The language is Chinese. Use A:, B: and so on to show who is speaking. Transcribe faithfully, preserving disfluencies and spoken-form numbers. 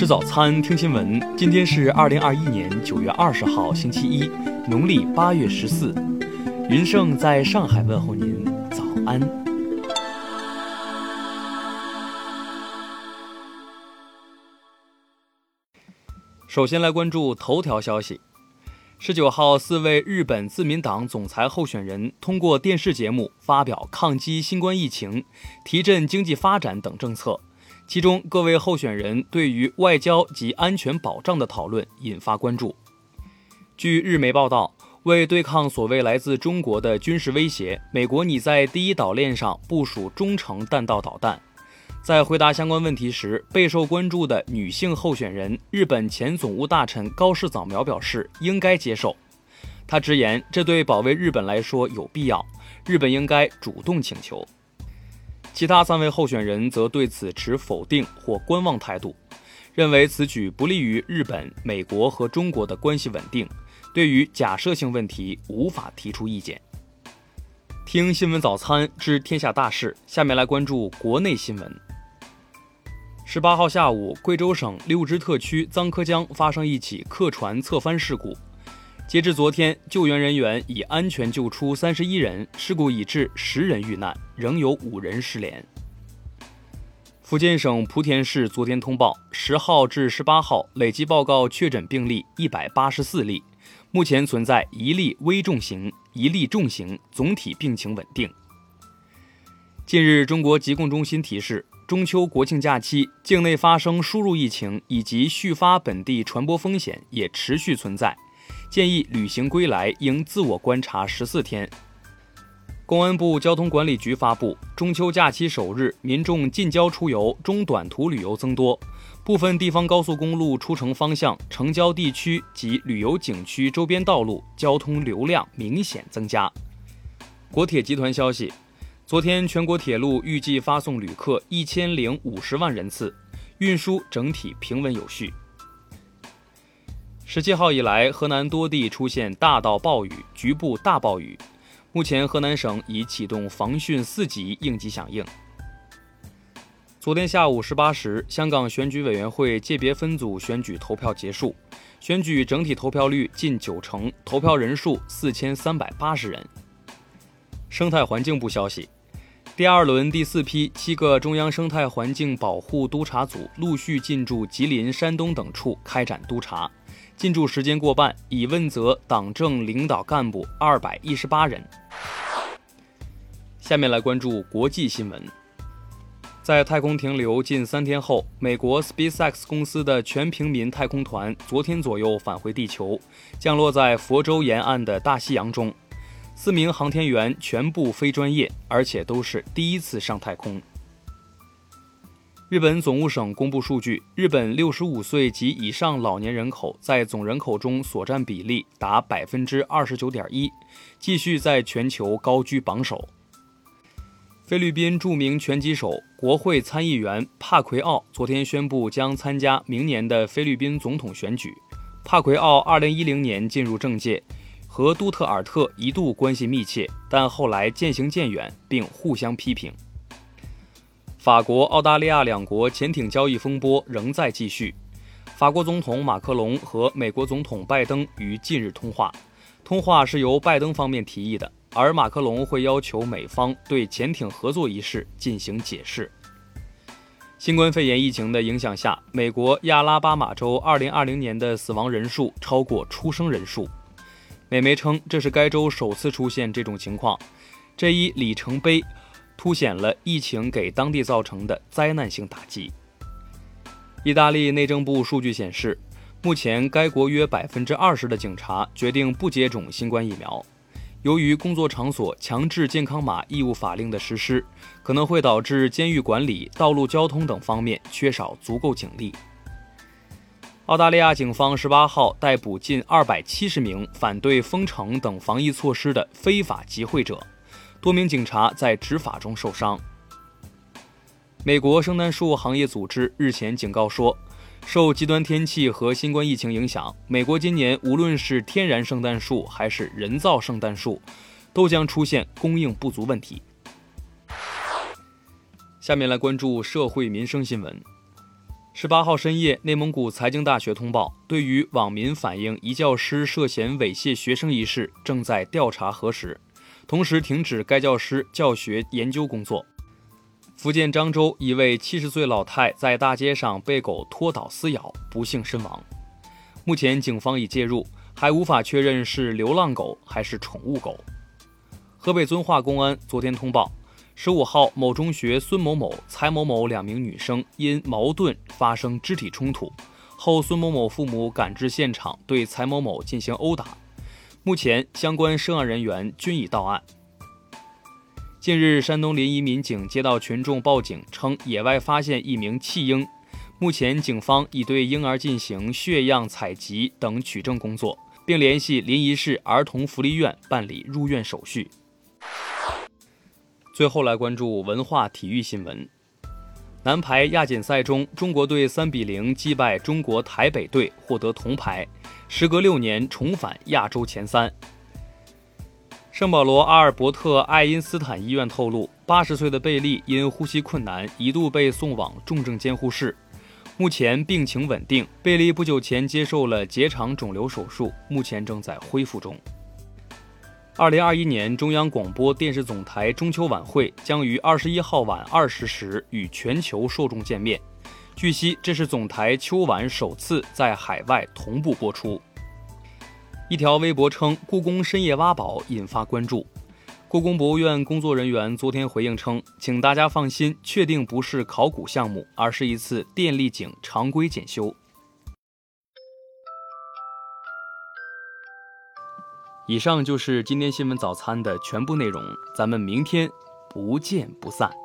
A: 吃早餐，听新闻。今天是二零二一年九月二十号，星期一，农历八月十四。云盛在上海问候您，早安。首先来关注头条消息。十九号，四位日本自民党总裁候选人通过电视节目发表抗击新冠疫情、提振经济发展等政策。其中各位候选人对于外交及安全保障的讨论引发关注。据日媒报道，为对抗所谓来自中国的军事威胁，美国拟在第一岛链上部署中程弹道导弹。在回答相关问题时，备受关注的女性候选人日本前总务大臣高市早苗表示应该接受。她直言，这对保卫日本来说有必要，日本应该主动请求。其他三位候选人则对此持否定或观望态度，认为此举不利于日本、美国和中国的关系稳定，对于假设性问题无法提出意见。听新闻早餐知天下大事，下面来关注国内新闻。十八号下午，贵州省六支特区臧科江发生一起客船侧翻事故。截至昨天，救援人员已安全救出三十一人，事故已致十人遇难，仍有五人失联。福建省莆田市昨天通报，十号至十八号累计报告确诊病例一百八十四例，目前存在一例危重型、一例重型，总体病情稳定。近日，中国疾控中心提示，中秋国庆假期境内发生输入疫情以及续发本地传播风险也持续存在，建议旅行归来应自我观察十四天。公安部交通管理局发布，中秋假期首日，民众近郊出游、中短途旅游增多，部分地方高速公路出城方向、城郊地区及旅游景区周边道路交通流量明显增加。国铁集团消息，昨天全国铁路预计发送旅客一千零五十万人次，运输整体平稳有序。十七号以来，河南多地出现大到暴雨、局部大暴雨。目前，河南省已启动防汛四级应急响应。昨天下午十八时，香港选举委员会界别分组选举投票结束，选举整体投票率近九成，投票人数四千三百八十人。生态环境部消息，第二轮第四批七个中央生态环境保护督察组陆续进驻吉林、山东等处开展督查。进驻时间过半，已问责党政领导干部二百一十八人。下面来关注国际新闻。在太空停留近三天后，美国 SpaceX 公司的全平民太空团昨天左右返回地球，降落在佛州沿岸的大西洋中。四名航天员全部非专业，而且都是第一次上太空。日本总务省公布数据，日本六十五岁及以上老年人口在总人口中所占比例达 百分之二十九点一， 继续在全球高居榜首。菲律宾著名拳击手、国会参议员帕奎奥昨天宣布将参加明年的菲律宾总统选举。帕奎奥二零一零年进入政界，和杜特尔特一度关系密切，但后来渐行渐远，并互相批评。法国、澳大利亚两国潜艇交易风波仍在继续。法国总统马克龙和美国总统拜登于近日通话，通话是由拜登方面提议的，而马克龙会要求美方对潜艇合作一事进行解释。新冠肺炎疫情的影响下，美国亚拉巴马州二零二零年的死亡人数超过出生人数。美媒称，这是该州首次出现这种情况，这一里程碑凸显了疫情给当地造成的灾难性打击。意大利内政部数据显示，目前该国约 百分之二十 的警察决定不接种新冠疫苗。由于工作场所强制健康码义务法令的实施，可能会导致监狱管理、道路交通等方面缺少足够警力。澳大利亚警方十八号逮捕近二百七十名反对封城等防疫措施的非法集会者，多名警察在执法中受伤。美国圣诞树行业组织日前警告说，受极端天气和新冠疫情影响，美国今年无论是天然圣诞树还是人造圣诞树，都将出现供应不足问题。下面来关注社会民生新闻。 十八号深夜，内蒙古财经大学通报，对于网民反映一教师涉嫌猥亵学生一事，正在调查核实，同时停止该教师教学研究工作。福建漳州一位七十岁老太在大街上被狗拖倒撕咬，不幸身亡。目前警方已介入，还无法确认是流浪狗还是宠物狗。河北遵化公安昨天通报，十五号某中学孙某某、蔡某某两名女生因矛盾发生肢体冲突后，孙某某父母赶至现场对蔡某某进行殴打，目前相关涉案人员均已到案。近日，山东临沂民警接到群众报警称野外发现一名弃婴，目前警方已对婴儿进行血样采集等取证工作，并联系临沂市儿童福利院办理入院手续。最后来关注文化体育新闻。男排亚锦赛中，中国队三比零击败中国台北队，获得铜牌，时隔六年重返亚洲前三。圣保罗阿尔伯特爱因斯坦医院透露，八十岁的贝利因呼吸困难，一度被送往重症监护室，目前病情稳定。贝利不久前接受了结肠肿瘤手术，目前正在恢复中。二零二一年中央广播电视总台中秋晚会将于二十一号晚二十时与全球受众见面。据悉，这是总台秋晚首次在海外同步播出。一条微博称故宫深夜挖宝引发关注。故宫博物院工作人员昨天回应称，请大家放心，确定不是考古项目，而是一次电力井常规检修。以上就是今天新闻早餐的全部内容，咱们明天不见不散。